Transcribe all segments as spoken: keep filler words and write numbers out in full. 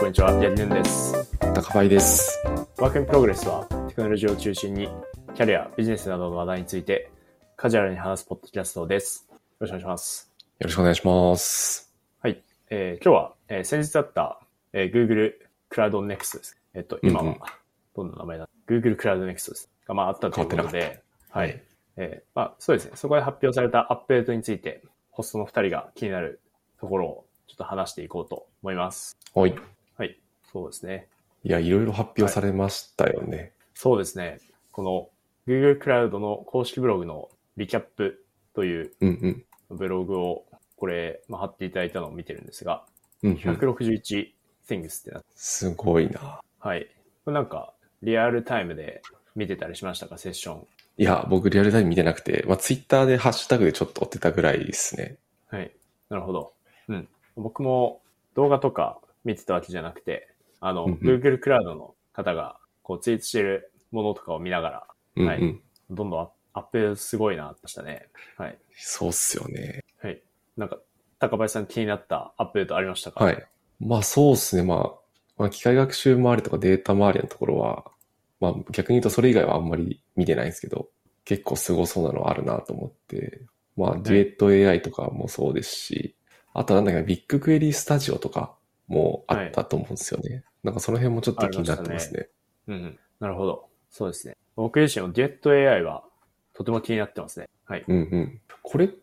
んにちは、やりぬんです。 高林です。 ワークインプログレスはテクノロジーを中心にキャリア、ビジネスなどの話題についてカジュアルに話すポッドキャストです。よろしくお願いします。 よろしくお願いします。 はい。えー、今日は、えー、先日あった、えー、Google Cloud Next です。えっと、今はどんな名前だ、うんうん、?Google Cloud Next ですが、まあ、あったということで、はい。えー、まあ、そうですね。そこで発表されたアップデートについて、ホストのふたりが気になるところをちょっと話していこうと思います。 はい。 はい。そうですね。 いや、いろいろ発表されましたよね。はい、 そうですね。この Google Cloud の公式ブログのリキャップというブログをこれ、まあ、貼っていただいたのを見てるんですが、うんうん、ひゃくろくじゅういち things ってなって。 すごいな。 はい。これなんかリアルタイムで見てたりしましたか、セッション。 いや、僕リアルタイム見てなくて、まあ、Twitter でハッシュタグでちょっと追ってたぐらいですね。 はい。なるほど。うん。僕も動画とか見てたわけじゃなくて、あの、うんうん、Google クラウドの方がこうツイートしてるものとかを見ながら、 うんうん、 はい。どんどんアップすごいなってましたね。はい。 そうっすよね。 はい。なんか、高林さん気になったアップデートありましたか？ はい。まあそうっすね。まあ、まあ、機械学習周りとかデータ周りのところは、まあ逆に言うとそれ以外はあんまり見てないんですけど、結構すごそうなのあるなと思って、まあデュエット エーアイ とかもそうですし、はい、あとなんだっけ、ビッグクエリースタジオとかもあったと思うんですよね。はい、なんかその辺もちょっと気になってますね。 うん、うん。なるほど。そうですね。僕自身もデュエット エーアイ はとても気になってますね。はい。 うんうん。これって、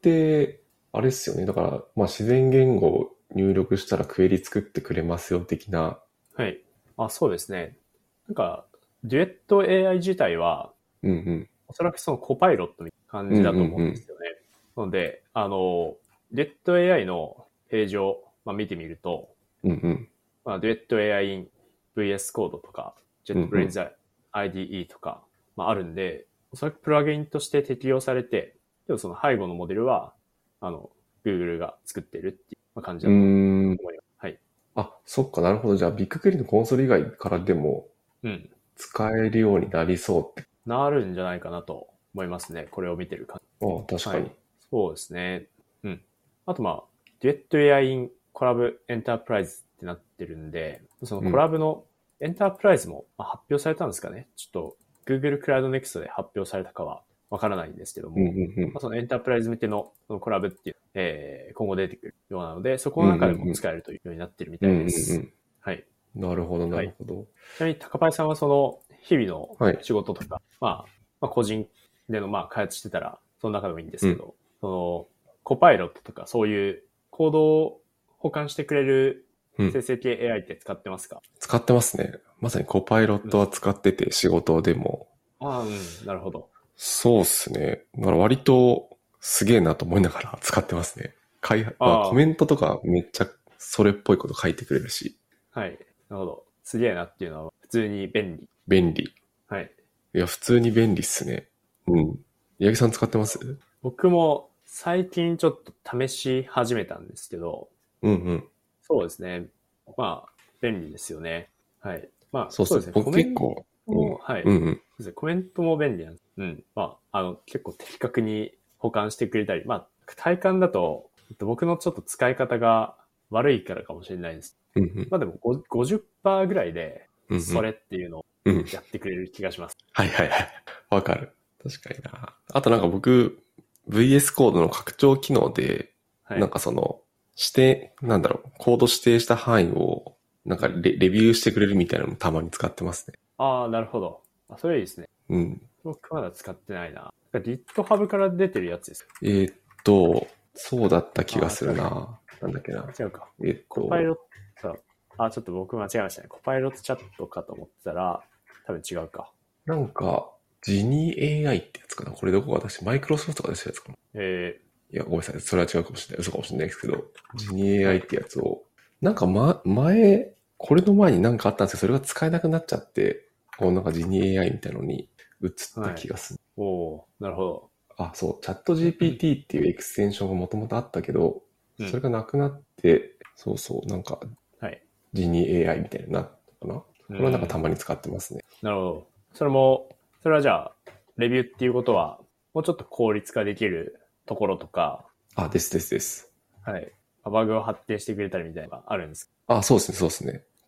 あれですよね。だから、まあ自然言語を入力したらクエリ作ってくれますよ的な。 はい。あ、そうですね。なんか、デュエット エーアイ 自体は、 うんうん。 おそらくそのコパイロットみたいな感じだと思うんですよね。うんうんうん、なので、あの、デュエット エーアイ のページを、まあ、見てみると、 うんうんまあ、デュエット エーアイ in ブイエス コードとか、JetBrains アイディーイー とか、まあ、あるんで、おそらくプラグインとして適用されて、でもその背後のモデルは、あの、Google が作ってるっていう感じだと思います。はい。 あ、そっか、なるほど。じゃあ、ビッグクエリのコンソール以外からでも、うん。使えるようになりそうって、 うん。なるんじゃないかなと思いますね。これを見てる感じ。 ああ、確かに、はい。 そうですね。うん。あとまあ、デュエット エーアイ in コラボエンタープライズってなってるんで、そのコラボのエンタープライズも発表されたんですかね。ちょっと Google Cloud Next で発表されたかはわからないんですけども、うんうんうん、まあ、そのエンタープライズ向けのそのコラボっていう、えー、今後出てくるようなので、そこの中でも使えるというようになってるみたいです。うんうんうん、 はい。なるほど、なるほど。はい、 ちなみに高林さんはその日々の仕事とか、はい、まあ、まあ、個人でのまあ開発してたらその中でもいいんですけど、うん、そのコパイロットとかそういうコードを保管してくれる生成系 エーアイ って使ってますか？ うん、使ってますね。まさにコパイロットは使ってて、うん、仕事でも。 ああ、うん、なるほど。 そうっすね。だから割とすげえなと思いながら使ってますね。開発、まあ、コメントとかめっちゃそれっぽいこと書いてくれるし。 はい。なるほど。すげえなっていうのは普通に便利。 便利。 はい。 いや、普通に便利っすね。うん。八木さん使ってます？ 僕も最近ちょっと試し始めたんですけど。 うんうん。 そうですね。まあ、便利ですよね。はい。まあ、 そうですね。僕結構。 うん、はい。うんうん。そうですね。コメントも便利なんです。うん。まあ、あの、結構的確に保管してくれたり、まあ、体感だと、僕のちょっと使い方が悪いからかもしれないです。 うんうん、 まあでも ごじゅっパーセント ぐらいで、それっていうのをやってくれる気がします。 うんうん、はいはいはい。わかる。確かにな。あとなんか僕、ブイエス コードの拡張機能で、はい、なんかその、指定、なんだろう、コード指定した範囲を、なんか レ, レビューしてくれるみたいなのもたまに使ってますね。 ああ、なるほど。あ、それいいですね。 うん。 僕まだ使ってないな。GitHub から出てるやつです。 えー、っと、そうだった気がするな。なんだっけな。 違うか。 えー、っと。 コパイロット、あ、ちょっと僕間違えましたね。コパイロットチャットかと思ってたら、多分違うか。 なんか、ジニー エーアイ ってやつかな。これどこが出して、マイクロソフトが出したやつかな。 えー、いや、ごめんなさい。それは違うかもしれない。嘘かもしれないですけど、ジニー エーアイ ってやつを、なんかま、前、これの前になんかあったんですけど、それが使えなくなっちゃって、こうなんかジニー エーアイ みたいなのに移った気がする。 はい、おー、なるほど。 あ、そう、チャット ジーピーティー っていうエクステンションがもともとあったけど、うん、それがなくなって、そうそう、なんか、 はい、 ジニー エーアイ みたいになったかな。これはなんかたまに使ってますね。 なるほど。それも、それはじゃあ、レビューっていうことは、もうちょっと効率化できるところとか。 あ、ですですです。 はい。バグを発見してくれたりみたいなのがあるんですか？ あ、そうですね、そうですね。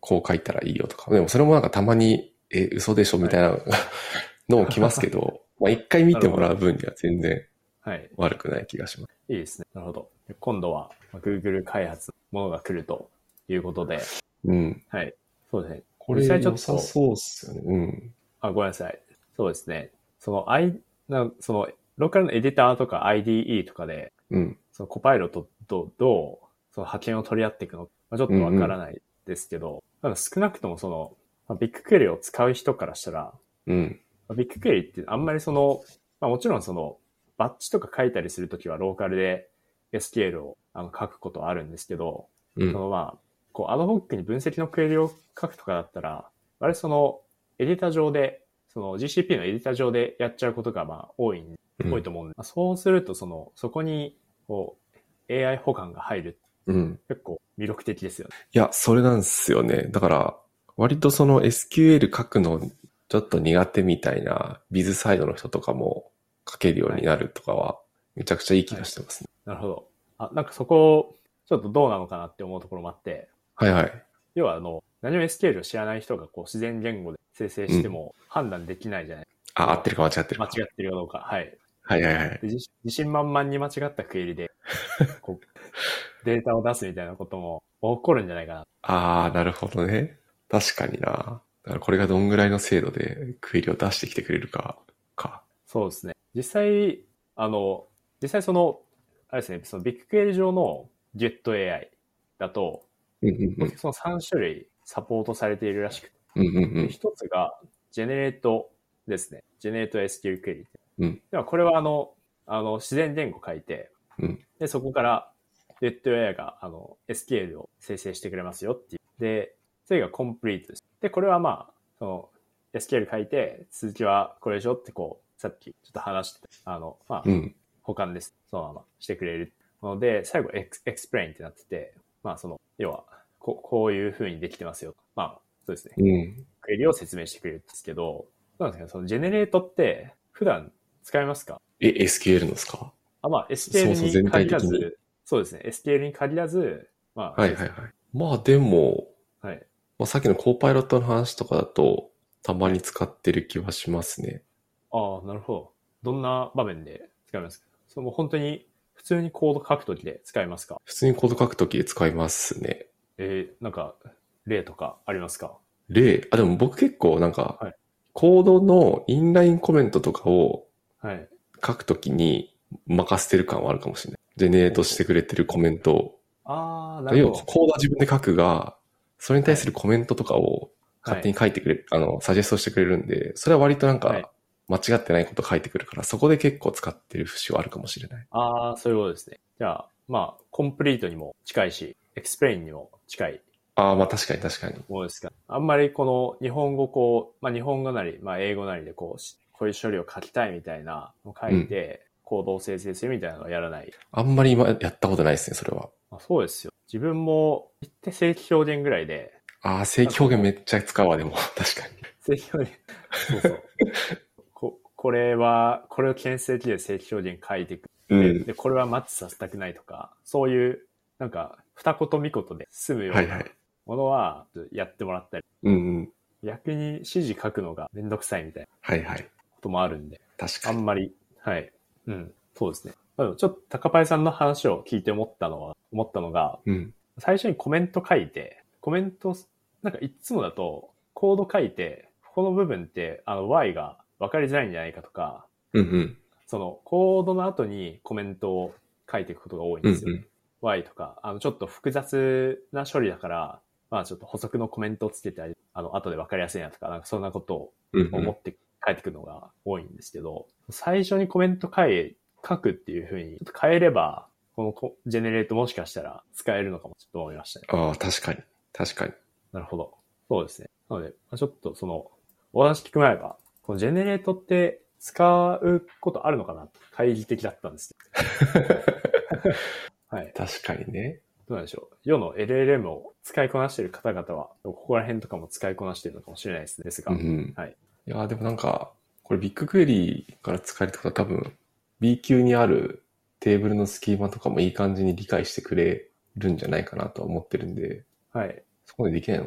こう書いたらいいよとか。でもそれもなんかたまに、え、嘘でしょみたいなのも来ますけど、まあ一回見てもらう分には全然悪くない気がします。 いいですね。なるほど。今度は Google 開発のものが来るということで。 うん。 はい。そうですね。 これ良さそうっすよね。うん。 あ、ごめんなさい。そうですね。その I、なそのローカルのエディターとか アイディーイー とかで、 うん。 そのコパイロットとどうその派遣を取り合っていくのか、まあ、ちょっとわからないですけど、うんうん、ただ少なくともその、まあ、ビッグクエリを使う人からしたら、 うん。 まあ、ビッグクエリってあんまりその、まあもちろんその、バッチとか書いたりするときはローカルで エスキューエル をあの書くことはあるんですけど、うん、そのまあ、こうアドホックに分析のクエリを書くとかだったら、あれそのエディタ上で、その ジーシーピー のエディタ上でやっちゃうことがまあ多い、うん、多いと思うんで、まあ、そうするとその、そこにこう エーアイ 補完が入る。 うん。 結構魅力的ですよね。 いや、それなんですよね。だから、割とその エスキューエル 書くのちょっと苦手みたいなビズサイドの人とかも書けるようになるとかはめちゃくちゃいい気がしてますね。 はいはい、なるほど。あ、なんかそこ、ちょっとどうなのかなって思うところもあって。 はいはい。 要はあの、何も エスキューエル を知らない人がこう自然言語で生成しても判断できないじゃない、 うん、あ、合ってるか間違ってるか。 間違ってるかどうか。はい。 はいはいはい。 で自信満々に間違ったクエリでこうデータを出すみたいなことも起こるんじゃないかな。 ああ、なるほどね。確かにな。だからこれがどんぐらいの精度でクエリを出してきてくれるか、か。 そうですね。実際、あの、実際その、あれですね、そのビッグクエリ上の ジェットエーアイ だと、 うんうんうん、 そのさん種類サポートされているらしくて、 うんうんうん、 一つが、ジェネレートですね。ジェネレート エスキューエル クエリ。 うん、 では、これはあの、あの、自然言語書いて、 うん、 で、そこから、ジェットエーアイ が、あの、エスキューエル を生成してくれますよっていう。で、それがコンプリートです。で、これはまあ、その、エスキューエル 書いて、続きはこれでしょってこう、さっきちょっと話してた、あの、まあ、うん、保管です。そのまましてくれるので、最後エクス、エクスプレインってなってて、まあ、その、要は、ここういう風にできてますよ。まあ、そうですね。 うん、 クエリを説明してくれるんですけど、そうなんですけど、そのジェネレートって普段使いますか？ え、エスキューエル のですか？ あ、まあ、エスキューエル に限らず、そうそう、そうですね。エスキューエル に限らず、まあ、 はいはいはい。まあでも、 はい。 まあ、さっきのコーパイロットの話とかだと、たまに使ってる気はしますね。 ああ、なるほど。どんな場面で使いますか？その本当に普通にコード書くときで使いますか？ 普通にコード書くときで使いますね。 えー、なんか、例とかありますか？ 例、あ、でも僕結構なんか、はい、コードのインラインコメントとかを書くときに任せてる感はあるかもしれない。ジェネレートしてくれてるコメントを。 ああ、なるほど。 要はコードは自分で書くが、それに対するコメントとかを勝手に書いてくれる、はい、あの、サジェストしてくれるんで、それは割となんか、間違ってないこと書いてくるから、そこで結構使ってる節はあるかもしれない。 ああ、そういうことですね。じゃあ、まあ、コンプリートにも近いし、エクスプレインにも近い。 ああ、まあ確かに確かに。 もうですか。あんまりこの日本語こう、まあ日本語なり、まあ英語なりでこう、こういう処理を書きたいみたいなのを書いて、コードを生成するみたいなのはやらない。うん、 あんまり今やったことないですね、それは。 あ、そうですよ。自分も言って正規表現ぐらいで。 ああ、正規表現めっちゃ使うわ、でも。確かに。 正規表現。そうそう。こ、これは、これを牽制器で正規表現書いていく。 うん、 で、これはマッチさせたくないとか、そういう、なんか、二言三言で済むようなものはやってもらったり。 うんうん、 逆に指示書くのがめんどくさいみたいな。 はいはい。 こともあるんで。 確かに。 あんまり、はい。うん。そうですね。ちょっと高パイさんの話を聞いて思ったのは、思ったのが、 うん、 最初にコメント書いて、コメント、なんかいつもだと、コード書いて、ここの部分って、あの Y が分かりづらいんじゃないかとか、 うんうん、 そのコードの後にコメントを書いていくことが多いんですよ。うんうん、Y とか、あのちょっと複雑な処理だから、まあちょっと補足のコメントをつけて、あの後で分かりやすいなとか、なんかそんなことを思って書いてくるのが多いんですけど、うんうん、最初にコメント書い、書くっていう風に変えれば、このジェネレートもしかしたら使えるのかもちょっと思いましたね。 ああ、確かに。確かに。 なるほど。そうですね。なので、ちょっとその、お話聞く前は、このジェネレートって使うことあるのかな？懐疑的だったんですけど。はい。 確かにね。 どうなんでしょう。世の エルエルエム を使いこなしている方々は、ここら辺とかも使いこなしているのかもしれないですですが。 うん、 はい。 いや、でもなんか、これビッグクエリから使えるってことは多分、B 級にあるテーブルのスキーマとかもいい感じに理解してくれるんじゃないかなとは思ってるんで、 はい。 そこでできないのかな。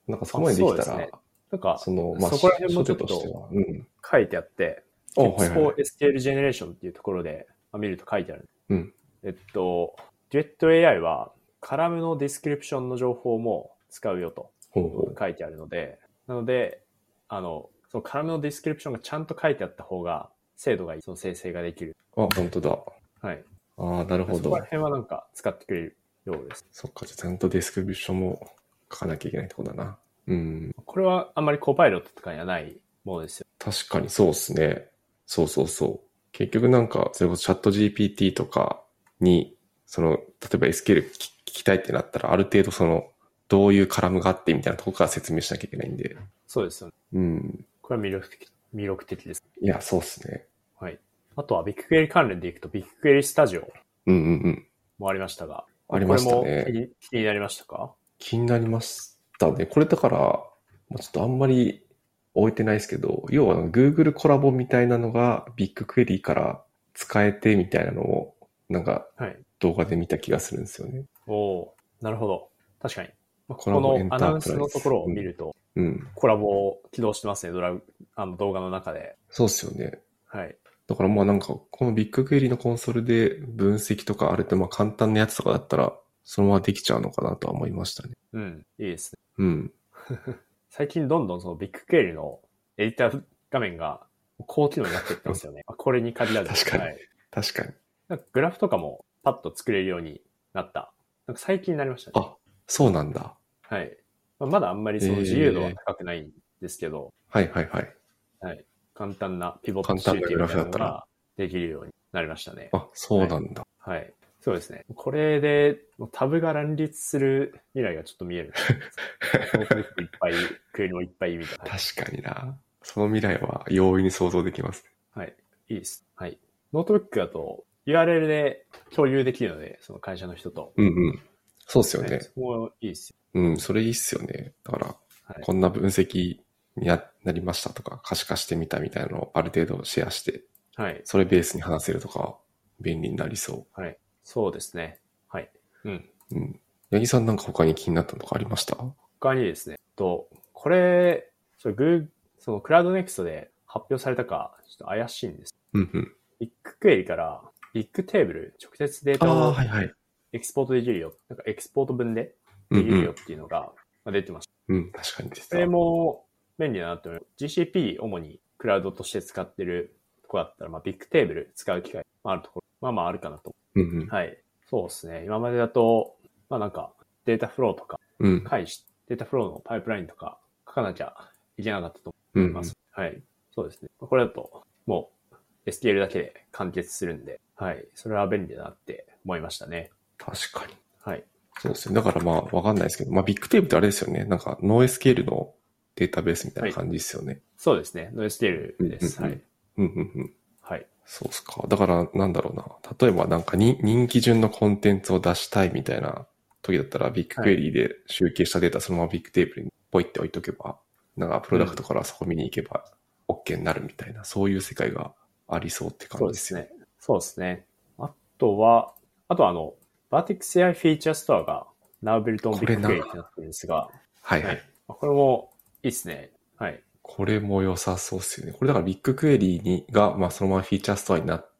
なんかそこまでできたら、 そうですね、なんか、 その、まあ、 そこら辺もちょっ初手としてとは、うん。 書いてあって、 あ、は Tips いはいは for い。 エスキューエル Generation っていうところで、まあ、見ると書いてある。 うん。 えっと、DuetAI は、カラムのディスクリプションの情報も使うよとほうほう。 書いてあるので、なので、あの、そのカラムのディスクリプションがちゃんと書いてあった方が、精度がいい、その生成ができる。 あ、本当だ。 はい。 ああ、なるほど。 そこら辺はなんか使ってくれるようです。 そっか、じゃあちゃんとディスクリプションも書かなきゃいけないってことだな。うん。 これはあんまりコパイロットとかにはないものですよ。 確かにそうですね。そうそうそう。結局なんか、それこそチャット ジーピーティー とかに、その、例えば エスキューエル 聞きたいってなったら、ある程度その、どういうカラムがあってみたいなとこから説明しなきゃいけないんで。 そうですよね。 うん。 これは魅力的、魅力的です。 いや、そうですね。 はい。あとはビッグクエリ関連でいくと、ビッグクエリスタジオうんうんうん。 もありましたが、 ありましたこれも気ね。 に気になりましたか？ 気になりましたね。これだから、まあちょっとあんまり置いてないですけど、要は Google コラボみたいなのがビッグクエリから使えてみたいなのを、なんかはい。 動画で見た気がするんですよね。 おお、なるほど。確かに。まあ、こコラボエンこのアナウンタープライズ。 スのところを見ると、 うん。うん。 コラボを起動してますね、ドラあの動画の中で。 そうっすよね。 はい。 だからまあなんか、このビッグクエリのコンソールで分析とかあるとまあ簡単なやつとかだったら、そのままできちゃうのかなとは思いましたね。 うん、いいですね。 うん。 最近どんどんそのビッグクエリのエディター画面が高機能になっていってますよね。これに限らず。 確かに。 はい。 確かに。 なんかグラフとかもパッと作れるようになった。なんか最近になりましたね。 あ、そうなんだ。 はい。まあ、まだあんまりその自由度は高くないんですけど、 はいはいはい。 はい。簡単なピボット簡単なグ集計みたいなラフだったら。 のができるようになりましたね。 あ、そうなんだ。 はい。はい、そうですね。これでタブが乱立する未来がちょっと見える。ノートブックいっぱい、クエリもいっぱいみたいな。 確かにな。その未来は容易に想像できます。 はい。いいです。はい。ノートブックだと ユーアールエル で共有できるので、その会社の人と。 うんうん。そうっすよね。 はい、そこもいいですよ。 うん、それいいっすよね。だから、 はい、 こんな分析になりましたとか、可視化してみたみたいなのをある程度シェアして、 はい。 それベースに話せるとか、便利になりそう。はい。そうですね。はい。うん。 うん。八木さんなんか他に気になったのとかありました？ 他にですね、と、これ、それグー、そのクラウドネクストで発表されたか、ちょっと怪しいんです。 うんうん。 ビッグクエリからビッグテーブル、直接データああ、 をはいはい。 エキスポートできるよ。なんかエキスポート分でできるよっていうのが出てました。 うん、うん、確かに出てた。 これも便利だなと思います。ジーシーピー 主にクラウドとして使ってるとこだったら、まあ、ビッグテーブル使う機会あるところ、まあまああるかなと。 うんうん。 はい。そうですね。今までだと、まあなんかデータフローとか、 うん。 返し、データフローのパイプラインとか書かなきゃいけなかったと思います。うん、はい。そうですね。これだと、もう エスキューエル だけで完結するんで、はい。それは便利だなって思いましたね。 確かに。 はい。 そうですね。だからまあ、わかんないですけど、まあ、ビッグテーブルってあれですよね。なんか、ノーエスケールのデータベースみたいな感じですよね。はい、 そうですね。ノーエスケールです。 うんうんうん、 はい。 うんうんうん。 はい。 そうっすか。だから、なんだろうな。例えばなんかに人気順のコンテンツを出したいみたいな時だったら、ビッグクエリーで集計したデータそのままビッグテーブルにポイって置いとけば、なんかプロダクトからそこ見に行けば OK になるみたいな、うん、そういう世界がありそうって感じですよね。 そうですね。あとは、あとはあの、Vertex エーアイ フィーチャーストアが Now Built on BigQuery ってなってるんですが、 はいはい。 これもいいですね。はい。 これも良さそうですよね。これだからビッグクエリーにが、まあそのままフィーチャーストアになって、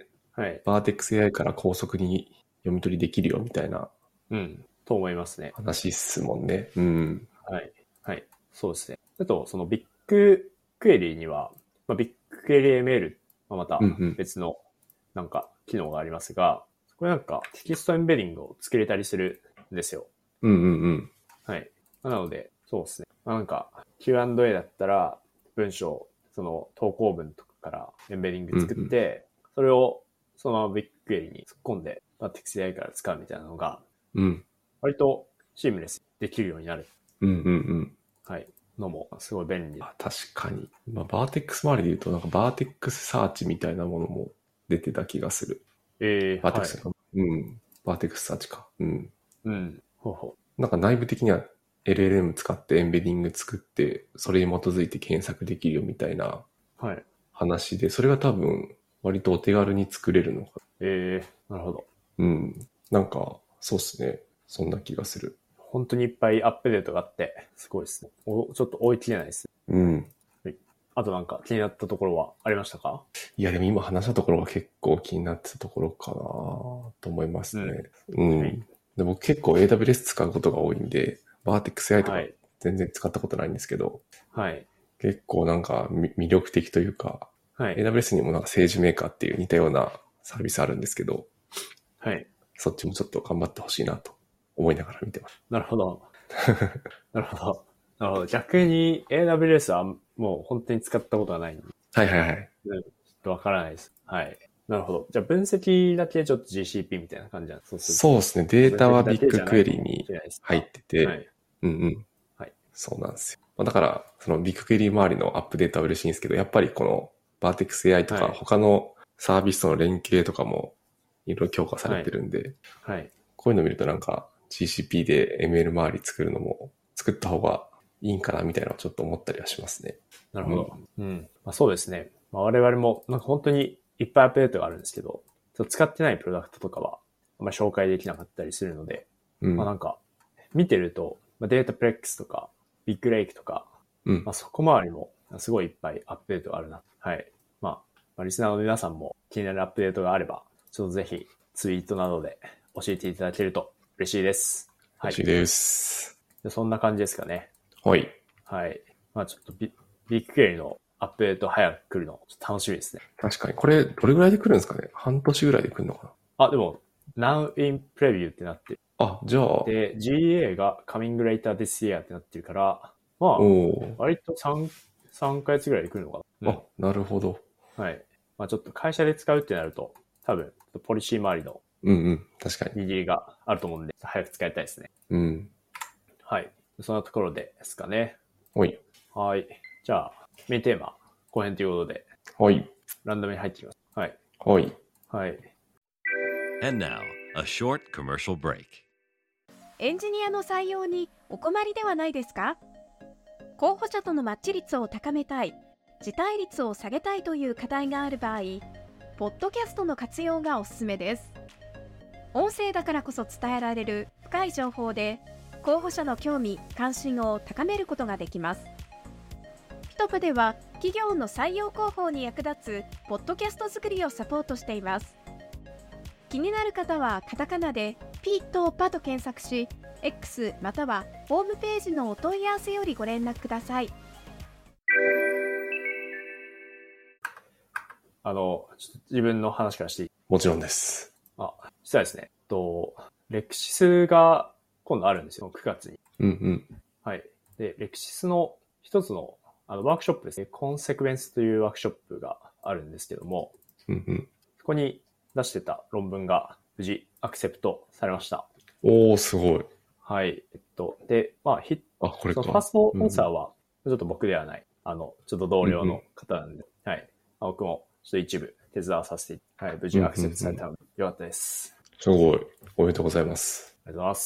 はい。 Vertex エーアイ から高速に読み取りできるよみたいな。 うん。と思いますね。 話っすもんね。うん。 はい。はい。そうですね。あと、そのビッグクエリーには、まあ、ビッグクエリー エムエル、まあ、また別のなんか機能がありますが、これなんかテキストエンベディングを作れたりするんですよ。 うんうんうん。 はい。なので、そうですね。まあ、なんか キューアンドエー だったら文章、その投稿文とかからエンベディング作って、うんうん、それをそのままビッグクエリに突っ込んで、Vertex エーアイ から使うみたいなのが、 うん。 割とシームレスできるようになる。 うんうんうん。 はい。のもすごい便利。 あ、確かに。まあ、バーテックス周りで言うと、なんかバーテックスサーチみたいなものも出てた気がする。 えー、 バーテックス、 はい、 うん。バーテックスサーチか。うん。 うん。ほうほう。なんか内部的には エルエルエム 使ってエンベディング作って、それに基づいて検索できるよみたいな話で、それが多分割とお手軽に作れるのか。 えー、なるほど。 うん。なんか、そうっすね。そんな気がする。 本当にいっぱいアップデートがあって、すごいですね。おちょっと追い切れないです。 うん。 はい。あとなんか気になったところはありましたか？ いや、でも今話したところが結構気になってたところかなと思いますね。うん。うんはい、 で僕結構 エーダブリューエス 使うことが多いんで、バーテックス エーアイ とかはい全然使ったことないんですけど、 はい。 結構なんか魅力的というか、 はい。 エーダブリューエス にもなんか政治メーカーっていう似たようなサービスあるんですけど、 はい。 そっちもちょっと頑張ってほしいなと思いながら見てます。 なるほど。なるほど。なるほど。逆に エーダブリューエス はもう本当に使ったことがないんで。 はいはいはい。 ちょっとわからないです。はい。なるほど。じゃあ分析だけちょっと ジーシーピー みたいな感じなんです。そうするとそうですね。データはビッグクエリに入ってて、 はい。 うんうん。 はい。 そうなんですよ。だから、そのビッグクエリ周りのアップデートは嬉しいんですけど、やっぱりこのバーテックス エーアイ とか他のサービスとの連携とかもいろいろ強化されてるんで、 はい。はい、こういうのを見るとなんか ジーシーピー で エムエル 周り作るのも作った方がいいんかなみたいなのはちょっと思ったりはしますね。 なるほど。うん。うん、まあ、そうですね。まあ、我々もなんか本当にいっぱいアップデートがあるんですけど、使ってないプロダクトとかはあんまり紹介できなかったりするので、うん、まあなんか見てると、まあ、データプレックスとかビッグレイクとか、うん、まあそこ周りもすごいいっぱいアップデートがあるな。はい。まあ、まあ、リスナーの皆さんも気になるアップデートがあれば、ちょっとぜひツイートなどで教えていただけると嬉しいです。 はい。嬉しいです。 でそんな感じですかね。 はい。 はい。まあちょっとビビッグクエリのアップデート早く来るの楽しみですね。 確かに。これどれぐらいで来るんですかね？半年ぐらいで来るのかなあ、でも、Now in Preview ってなってる。 あ、じゃあ。 で、ジーエー が Coming Later This Year ってなってるから、まあ、割と3、3ヶ月ぐらいで来るのかな。うん、あ、なるほど。 はい。まあちょっと会社で使うってなると、多分、ポリシー周りの、 うんうん、確かに。 握りがあると思うんで、早く使いたいですね。 うん。 はい。そんなところですかね。 はい。 はい。じゃあ、メインテーマ、後編ということで。 はい。 ランダムに入ってきます。はい。 はい。 はい。 And now, a short commercial break. エンジニアの採用にお困りではないですか？候補者とのマッチ率を高めたい、辞退率を下げたいという課題がある場合、ポッドキャストの活用がおすすめです。音声だからこそ伝えられる深い情報で、候補者の興味・関心を高めることができます。ピトプでは企業の採用広報に役立つポッドキャスト作りをサポートしています。気になる方はカタカナでピとパと検索し、X またはホームページのお問い合わせよりご連絡ください。 あの、ちょっと自分の話からしていい？ もちろんです。 あ、実はですね、と、レクシスが今度あるんですよ、くがつに。 うんうん。 はい。で、レクシスの一つのあのワークショップですね、コンセクベンスというワークショップがあるんですけども、 うんうん、 そこに出してた論文が無事アクセプトされました。 おー、すごい。 はい。えっと、で、まあ、ヒあ、これか。 そのファーストオンサーは、ちょっと僕ではない、うん、あの、ちょっと同僚の方なんで、うんうん、はい。僕もちょっと一部手伝わさせて、はい、無事アクセプトされたので、よかったです。 すごい。おめでとうございます。 ありがとうございます。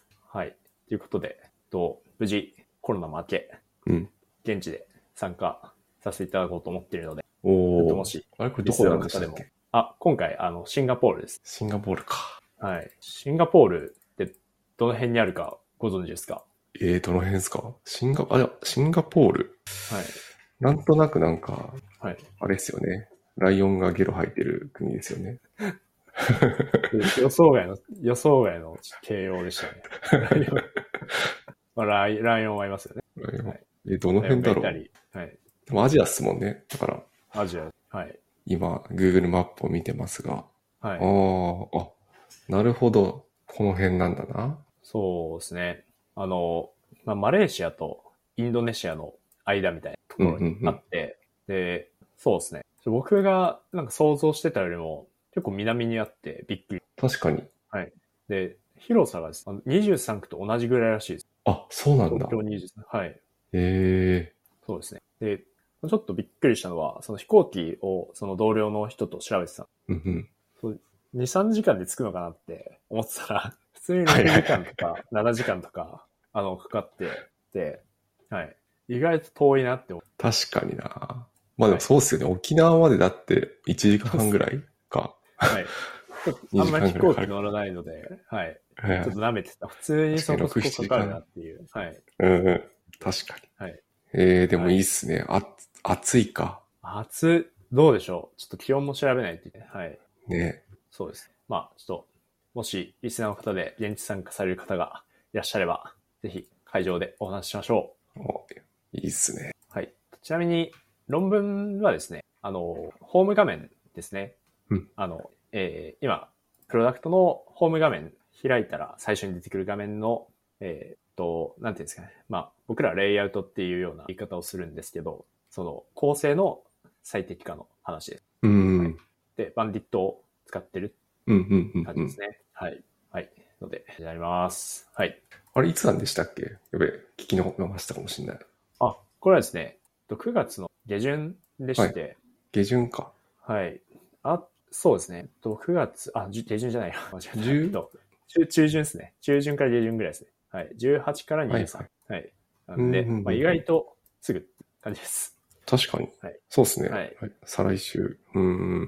はい。ということで、と無事コロナも明け、 うん、 現地で参加させていただこうと思っているので、 おー。 もし、 あれこれどこなんでしたっけ？ あ、今回、あの、シンガポールです。 シンガポールか。 はい。シンガポールってどの辺にあるかご存知ですか？ えー、どの辺ですか？シンガ、あ、シンガポール。 はい。 なんとなくなんか、 はい。 あれですよね。ライオンがゲロ吐いてる国ですよね。 予想外の、予想外の形容でしたね。ライオン、まあ、ライ、ライオンはいますよね。 ライオン。はい、え、どの辺だろう。はい。でもアジアっすもんね。だから。 アジア。はい。 今、Google マップを見てますが。 はい。 ああ、あ、なるほど。この辺なんだな。 そうですね。あの、まあ、マレーシアとインドネシアの間みたいなところにあって、うんうんうん、で、そうですね。僕がなんか想像してたよりも結構南にあってびっくり。 確かに。 はい。で、広さがですね、にじゅうさんくと同じぐらいらしいです。 あ、そうなんだ。 東京にじゅうさん。はい。へえー。 そうですね。で、ちょっとびっくりしたのは、その飛行機をその同僚の人と調べてた。 うんうん。 そうに、さんじかんで着くのかなって思ってたら、普通にろくじかんとかななじかんとか、あの、かかって、で、はい。意外と遠いなって思って。 確かにな。まあでもそうっすよね。はい、沖縄までだっていちじかんはんぐらいか。 はい。あんまり飛行機乗らないので、はい。 はいちょっと舐めてた。普通にそのコストかかるなっていう。はい。 うんうん。確かに。 はい。 えー、でもいいっすね。あ、暑いか。 暑、どうでしょう。ちょっと気温も調べないといけない。はい。 ね。 そうです。まあ、ちょっと、もし、リスナーの方で現地参加される方がいらっしゃれば、ぜひ会場でお話ししましょう。お、いいっすね。 はい。ちなみに、論文はですね、あの、ホーム画面ですね。 うん。 あの、えー、今、プロダクトのホーム画面開いたら最初に出てくる画面の、えー、っと、なんていうんですかね。まあ、僕らレイアウトっていうような言い方をするんですけど、その構成の最適化の話です。 うん、 はい。で、バンディットを使ってる感じですね。はい。はい。ので、やります。はい。 あれ、いつなんでしたっけ？やべ、聞き逃したかもしれない。 あ、これはですね、くがつの下旬でして、はい、 下旬か。 はい。あ、そうですね。くがつ、あ、下旬じゃないよ。間違えた。 じゅう? 中、中旬ですね。中旬から下旬ぐらいですね。はい。じゅうはちからにじゅうさん。はい、はい。はい。なんで、まあ、意外とすぐって感じです。 確かに。はい。そうですね。はい。はい、再来週。うん。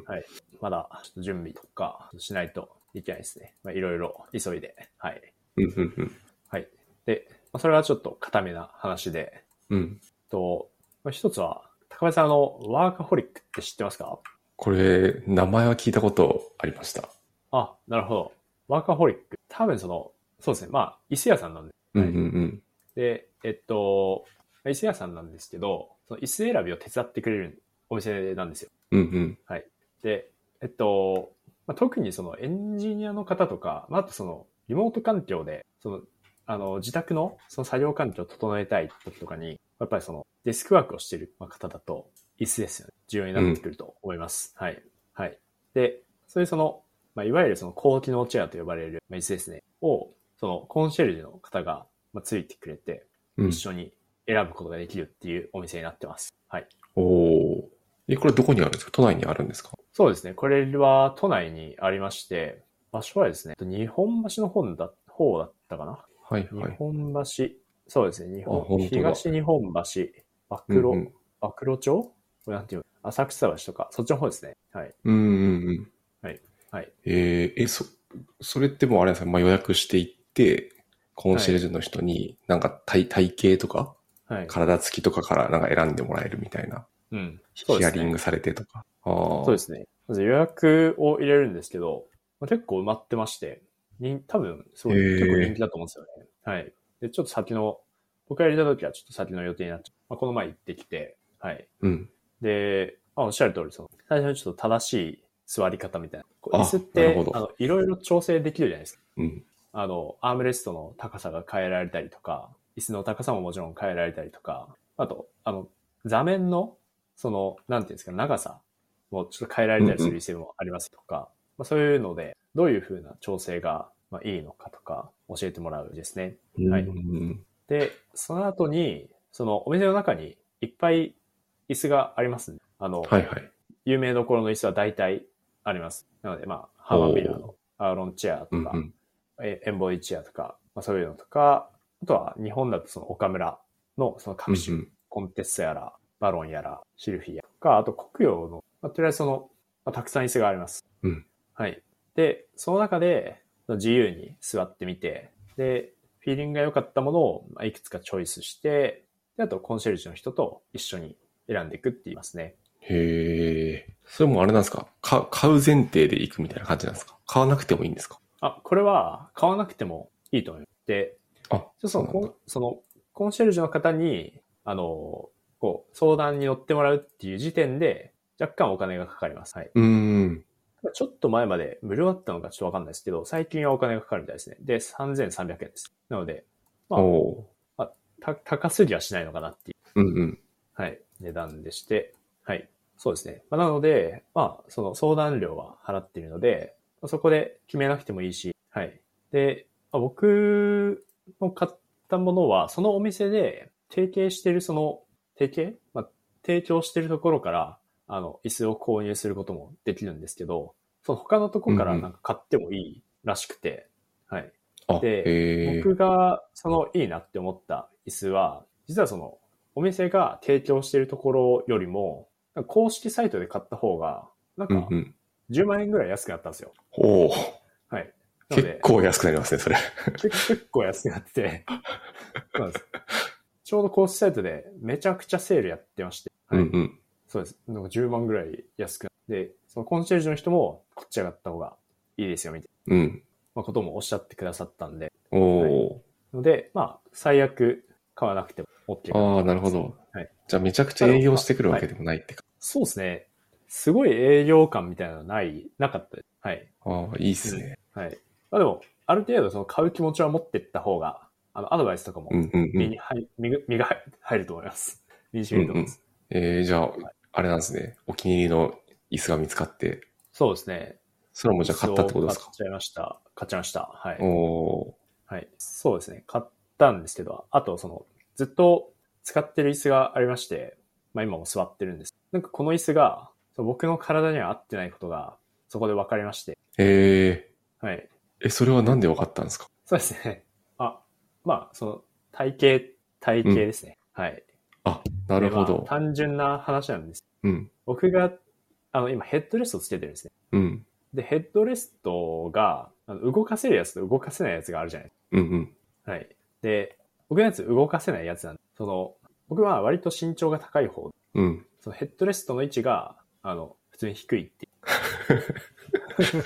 はい。まだ、ちょっと準備とかしないといけないですね。まあ、いろいろ急いで。はい。 うんうんうん。 はい。で、まあ、それはちょっと固めな話で。 うん。 と、まあ、一つは、高橋さん、あの、ワーカホリックって知ってますか？ これ、名前は聞いたことありました。 あ、なるほど。ワーカホリック。多分その、そうですね。まあ、椅子屋さんなんで。 うんうんうん。 で、えっと、椅子屋さんなんですけど、その椅子選びを手伝ってくれるお店なんですよ。 うんうん。 はい。で、えっと、まあ、特にそのエンジニアの方とか、まあ、あとその、リモート環境で、その、あの、自宅のその作業環境を整えたい時とかに、やっぱりその、デスクワークをしている方だと、椅子ですよね。重要になってくると思います。うん、はい。はい。で、そういうその、まあ、いわゆるその高機能チェアと呼ばれる椅子ですね。を、そのコンシェルジュの方がついてくれて、一緒に選ぶことができるっていうお店になってます。はい。 おー。え、これどこにあるんですか？都内にあるんですか？ そうですね。これは都内にありまして、場所はですね、日本橋の方だ方だったかな。 はいはい。 日本橋、そうですね。日本東日本橋、暴露、うんうん、暴露町これなんていう浅草橋とか、そっちの方ですね。はい。 うんうんうん。 はい。はい。 えー、え、そ、それってもうあれですか、まあ、予約していって、コンシェルジュの人になんか体、体型とか、はい、体つきとかからなんか選んでもらえるみたいな。 うん。 ヒアリングされてとか。 あそうですね。まず予約を入れるんですけど、まあ、結構埋まってまして、に多分すごい結構人気だと思うんですよね。はい。で、ちょっと先の、僕が入れた時はちょっと先の予定になっちゃう。まあ、この前行ってきて、はい。 うん。 で、まあ、おっしゃる通り、その、最初にちょっと正しい座り方みたいな。椅子って、あの、いろいろ調整できるじゃないですか。 うん。 あの、アームレストの高さが変えられたりとか、椅子の高さももちろん変えられたりとか、あと、あの、座面の、その、なんていうんですか、長さもちょっと変えられたりする椅子もありますとか、うんうん、まあ、そういうので、どういう風な調整がまあいいのかとか教えてもらうですね。はい。で、その後に、そのお店の中にいっぱい椅子がありますんで、あの、 はいはい。 有名どころの椅子は大体あります。なので、まあ、ハーマンビラーのアーロンチェアとか、うんうん、エンボイチェアとか、まあ、そういうのとか、あとは日本だとその岡村のその各種、うんうん、コンテッサやら、バロンやら、シルフィアとか、あと国用の、まあ、とりあえずその、まあ、たくさん椅子があります。 うん。 はい。で、その中で自由に座ってみて、で、フィーリングが良かったものをいくつかチョイスして、で、あとコンシェルジュの人と一緒に選んでいくって言いますね。 へー。それもあれなんですか？か買う前提で行くみたいな感じなんですか？買わなくてもいいんですか？ あ、これは買わなくてもいいと思います。で、 あ、 その、そのコンシェルジュの方に、あの、こう、相談に乗ってもらうっていう時点で、若干お金がかかります。はい。 うーん。 ちょっと前まで無料だったのかちょっとわかんないですけど、最近はお金がかかるみたいですね。で、さんぜんさんびゃくえんです。なので、まあ、まあ、た高すぎはしないのかなっていう、 うんうん、 はい、値段でして、はい、そうですね。まあ、なので、まあ、その相談料は払っているので、まあ、そこで決めなくてもいいし、はい。で、まあ、僕の買ったものは、そのお店で提携しているその、提携、まあ、提供しているところから、あの、椅子を購入することもできるんですけど、その他のところからなんか買ってもいいらしくて、うんうん、はい。で、僕がそのいいなって思った椅子は、実はそのお店が提供しているところよりも、公式サイトで買った方が、なんかじゅうまんえんぐらい安くなったんですよ。 ほう。 はい。 結構安くなりますね、それ。 結構安くなってて。そうです。ちょうど公式サイトでめちゃくちゃセールやってまして。はい、 うんうん。 そうです。なんかじゅうまんぐらい安くなって、そのコンシェルジュの人もこっち上がった方がいいですよ、みたいな。 うん。 まあ、こともおっしゃってくださったんで。 おー。 はい、ので、まあ、最悪買わなくても OK かな。 ああ、なるほど。 はい。 じゃあめちゃくちゃ営業してくるわけでもないってか。 はい、そうですね。すごい営業感みたいなのはない、なかったです。はい。 ああ、いいっすね。 うん、はい。まあでも、ある程度その買う気持ちは持っていった方が、あの、アドバイスとかも身に入、身が、身が入ると思います。身に染みると思います。 うんうん、えー、じゃあ、はい、あれなんですね。お気に入りの椅子が見つかって。 そうですね。 それもじゃあ買ったってことですか？ 買っちゃいました。買っちゃいました。はい。 おはい。そうですね。買ったんですけど、あとその、ずっと使ってる椅子がありまして、まあ今も座ってるんです。なんかこの椅子が、僕の体には合ってないことが、そこで分かりまして。 へー。はい。 え、それはなんで分かったんですか？ そうですね。あ、まあ、その、体型、体型ですね。うん、はい。 あ、なるほど。 まあ、単純な話なんです。 うん。 僕が、あの、今ヘッドレストをつけてるんですね。 うん。 で、ヘッドレストが、あの動かせるやつと動かせないやつがあるじゃないですか。 うんうん。 はい。で、僕のやつ動かせないやつなんで、その、僕は割と身長が高い方。 うん。 そのヘッドレストの位置が、あの、普通に低いっていう。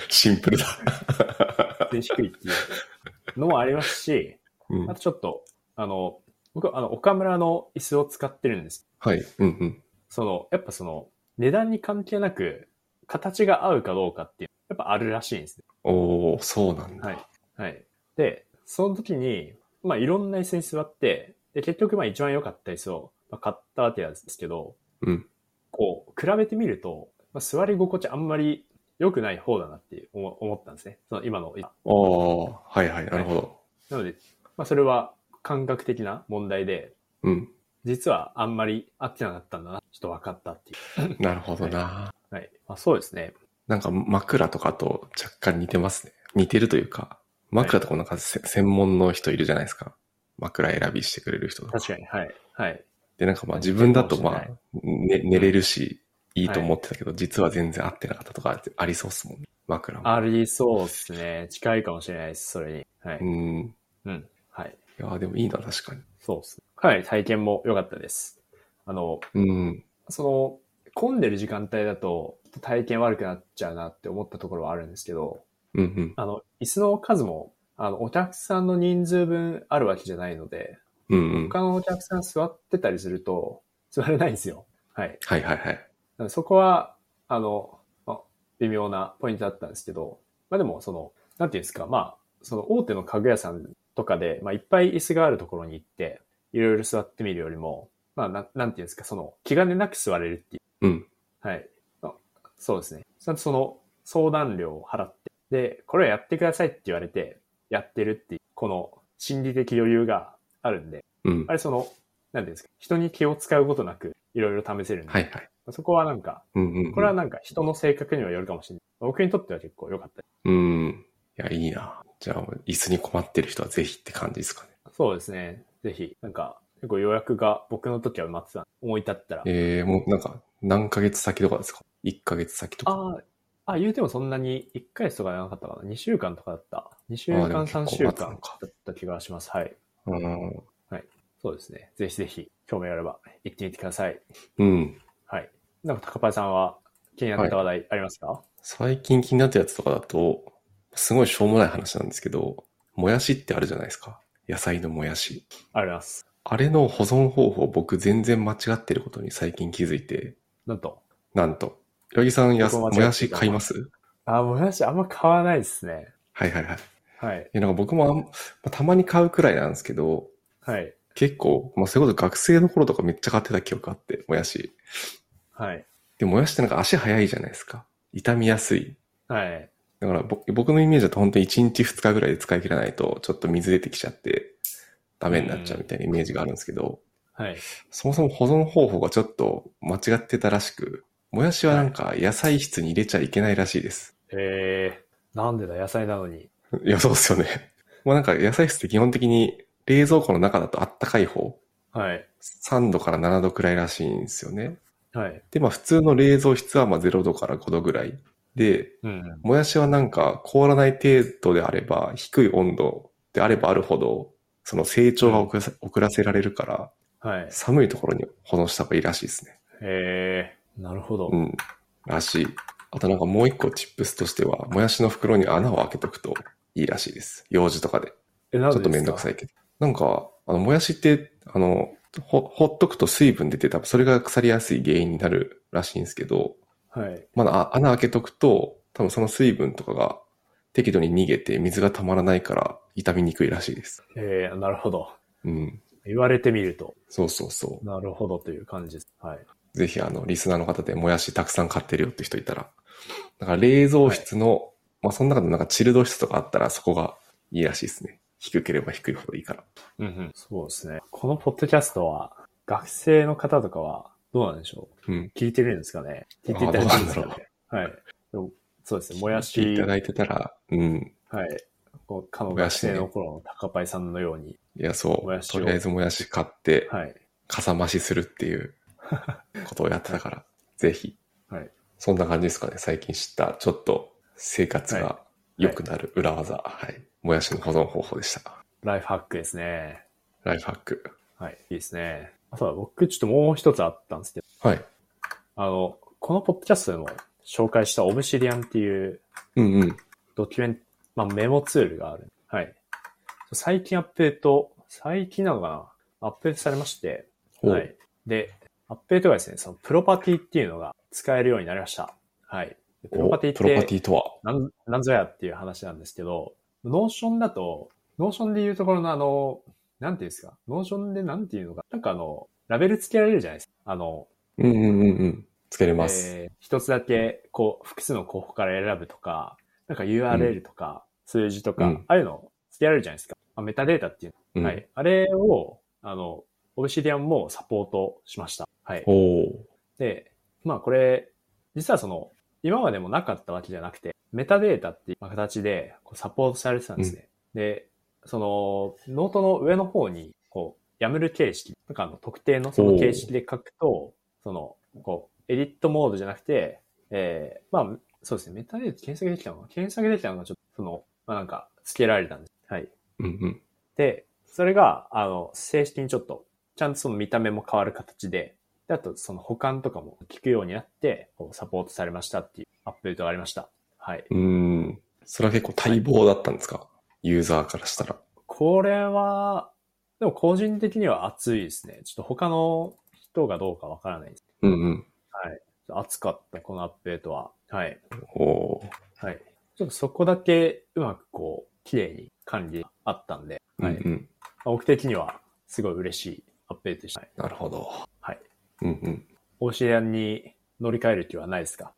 シンプルだ。 普通に低いっていうのもありますし、うん、あとちょっと、あの、僕、あの、岡村の椅子を使ってるんです。 はい。うんうん。 その、やっぱその、値段に関係なく、形が合うかどうかっていう、やっぱあるらしいんですね。 おー、そうなんだ。 はい。はい。で、その時に、まあ、いろんな椅子に座って、で、結局、まあ、一番良かった椅子を買ったわけなんですけど、 うん。 こう、比べてみると、まあ、座り心地あんまり良くない方だなって思ったんですね。その今の。 おー、はいはい、なるほど。はい、 なので、まあ、それは感覚的な問題で、 うん。 実はあんまり合ってなかったんだな、ちょっと分かったっていう。 なるほどな。 はい。はい、まあ、そうですね。 なんか枕とかと若干似てますね。似てるというか、枕とかなんか、はい、専門の人いるじゃないですか。枕選びしてくれる人とか。 確かに、はい。はい。 で、なんかまあ自分だとまあ、ね、寝れるし、いいと思ってたけど、はい、実は全然合ってなかったとかありそうっすもんね。枕も。 ありそうっすね。近いかもしれないです、それに。はい。 うん。 うん。はい。 いやでもいいな、確かに。 そうっす。かなり体験も良かったです。あの、 うん。 その、混んでる時間帯だと、体験悪くなっちゃうなって思ったところはあるんですけど、 うんうん。 あの、椅子の数も、あの、お客さんの人数分あるわけじゃないので、 うんうん、 他のお客さん座ってたりすると、座れないんですよ。はい。 はいはいはい。 そこは、あの、微妙なポイントだったんですけど、まあでも、その、なんていうんですか、まあ、その大手の家具屋さんとかで、まあいっぱい椅子があるところに行って、いろいろ座ってみるよりも、まあな、なんていうんですか、その、気兼ねなく座れるっていう。 うん。 はい。そうですね。ちゃんとその、相談料を払って、で、これはやってくださいって言われて、やってるっていう、この心理的余裕があるんで、 うん、 あれその、なんていうんですか、人に気を使うことなく、いろいろ試せるんで、 はいはい。 そこはなんか、 うんうんうん、 これはなんか人の性格にはよるかもしれない。僕にとっては結構良かった。 うん。いや、いいな。じゃあ、椅子に困ってる人はぜひって感じですかね。 そうですね。ぜひ、なんか、結構予約が僕の時は埋まってた。思い立ったら。 ええー、もうなんか、何ヶ月先とかですか ?いっ ヶ月先とか。 ああ、あ、言うてもそんなにいっかげつとかじゃなかったかな。にしゅうかんとかだった。にしゅうかん、さんしゅうかんだった気がします。はい。 うん。 はい。そうですね。ぜひぜひ、興味あれば行ってみてください。 うん。 はい。なんか高パイさんは気になった話題ありますか？はい、 最近気になったやつとかだと、すごいしょうもない話なんですけど、もやしってあるじゃないですか。野菜のもやし。 あります。 あれの保存方法、僕全然間違ってることに最近気づいて。 なんとなんと。八木さんや、もやし買います？ あ、もやしあんま買わないですね。 はいはいはい。 はい。 いやなんか僕もあん、まあ、たまに買うくらいなんですけど、 はい。 結構、まあ、それこそ学生の頃とかめっちゃ買ってた記憶あって、もやし。 はい。 で、もやしってなんか足早いじゃないですか。傷みやすい。 はい。 だから僕のイメージだと本当にいちにちふつかぐらいで使い切らないと、ちょっと水出てきちゃって、ダメになっちゃうみたいなイメージがあるんですけど、 はい。 そもそも保存方法がちょっと間違ってたらしく、もやしはなんか野菜室に入れちゃいけないらしいです。 へえー、なんでだ、野菜なのに。 いや、そうですよね。もうなんか野菜室って基本的に冷蔵庫の中だとあったかい方。 はい。 さんどからななどくらいらしいんですよね。 はい。 で、まあ普通の冷蔵室はまあぜろどからごどぐらい。 で、 うんうん。 もやしはなんか凍らない程度であれば、低い温度であればあるほど、その成長が遅らせ、遅らせられるから、 はい。 寒いところに保存した方がいいらしいですね。 へえ、なるほど。 うん。らしい。あとなんかもう一個チップスとしては、もやしの袋に穴を開けとくといいらしいです。用紙とかで。 え、なんでですか？ ちょっとめんどくさいけど。なんか、あの、もやしって、あの、ほ、ほっとくと水分出て、多分それが腐りやすい原因になるらしいんですけど、 はい。 まだあ穴開けとくと、多分その水分とかが適度に逃げて水が溜まらないから傷みにくいらしいです。 えー、なるほど。 うん。 言われてみると。 そうそうそう。 なるほどという感じです。はい。 ぜひあの、リスナーの方でもやしたくさん買ってるよって人いたら、だから冷蔵室の、はい、まあその中でなんかチルド室とかあったらそこがいいらしいですね。低ければ低いほどいいから。 うんうん。そうですね。このポッドキャストは、学生の方とかはどうなんでしょう？うん。聞いてるんですかね？聞いていただいてるんですかね？はい。そうですね。もやし。 聞いていただいてたら、うん。 はい。こう、かの学生の頃の高パイさんのように。 いや、そう。とりあえずもやし買って、はい。かさ増しするっていうことをやってたから、ぜひ。はい。そんな感じですかね。最近知ったちょっと生活が良くなる裏技。はい。はい、もやしの保存方法でした。 ライフハックですね。 ライフハック。 はい。いいですね。あとは僕ちょっともう一つあったんですけど。 はい。 あの、このポッドキャストでも紹介したオブシディアンっていう、 うんうん。 ドキュメント、まあメモツールがある。はい。最近アップデート、最近なのかな？アップデートされまして、はい。で、アップデートがですね、そのプロパティっていうのが使えるようになりました。はい。プロパティって、 プロパティとはなん、なんぞやっていう話なんですけど、ノーションだと、ノーションでいうところのあの、なんていうんですか、ノーションでなんていうのか、なんかあの、ラベル付けられるじゃないですか。あの、 うんうんうんうん。付けれます。 えー、一つだけ、こう、複数の候補から選ぶとか、なんか ユーアールエル とか、数字とか、うん、ああいうの付けられるじゃないですか。あ、メタデータっていう、うん。はい。あれを、あの、オブシディアンもサポートしました。はい。 おで、まあこれ、実はその、今までもなかったわけじゃなくて、メタデータっていう形でこうサポートされてたんですね。うん、で、その、ノートの上の方に、こう、ヤムル形式、なんかあの、特定のその形式で書くと、その、こう、エディットモードじゃなくて、えー、まあ、そうですね、メタデータ検索できたのか検索できたのがちょっと、その、まあなんか、付けられたんです。はい。 うんうん、 で、それが、あの、正式にちょっと、ちゃんとその見た目も変わる形で、であとその保管とかも聞くようになって、こうサポートされましたっていうアップデートがありました。はい。 うーん。それは結構待望だったんですか、はい、ユーザーからしたら。 これは、でも個人的には熱いですね。ちょっと他の人がどうかわからないです。 うんうん。 はい。熱かった、このアップデートは。はい。 おー。 はい。ちょっとそこだけうまくこう、綺麗に管理あったんで、はい。 うんうん、 僕的にはすごい嬉しいアップデートでした。 なるほど。 はい。 うんうん。 オシアンに乗り換える気はないですか？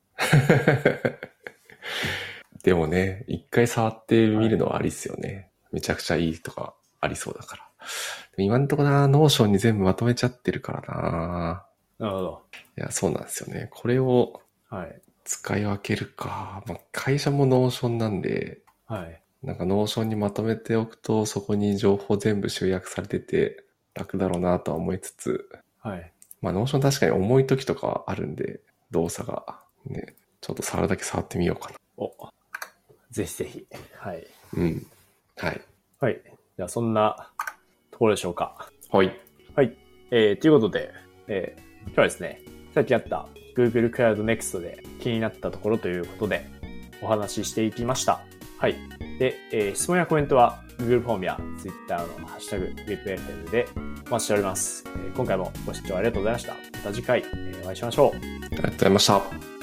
でもね、一回触ってみるのはありっすよね。はい、めちゃくちゃいいとかありそうだから。今んとこな、ノーションに全部まとめちゃってるからな。 なるほど。 いや、そうなんですよね。これを使い分けるか。まあ、会社もノーションなんで、 はい。 なんかノーションにまとめておくと、そこに情報全部集約されてて楽だろうなとは思いつつ、 はい。 まあ、ノーション確かに重い時とかはあるんで、動作がね、ちょっと触るだけ触ってみようかな。 お、ぜひぜひ。はい。 うん。はい。 はい。じゃあ、そんなところでしょうか。 はい。 はい。えー、ということで、えー、今日はですね、さっきあった Google Cloud Next で気になったところということで、お話ししていきました。はい。で、えー、質問やコメントは Google フォームや Twitter のハッシュタグ ウィープエフエム でお待ちしております。えー、今回もご視聴ありがとうございました。また次回、えー、お会いしましょう。 ありがとうございました。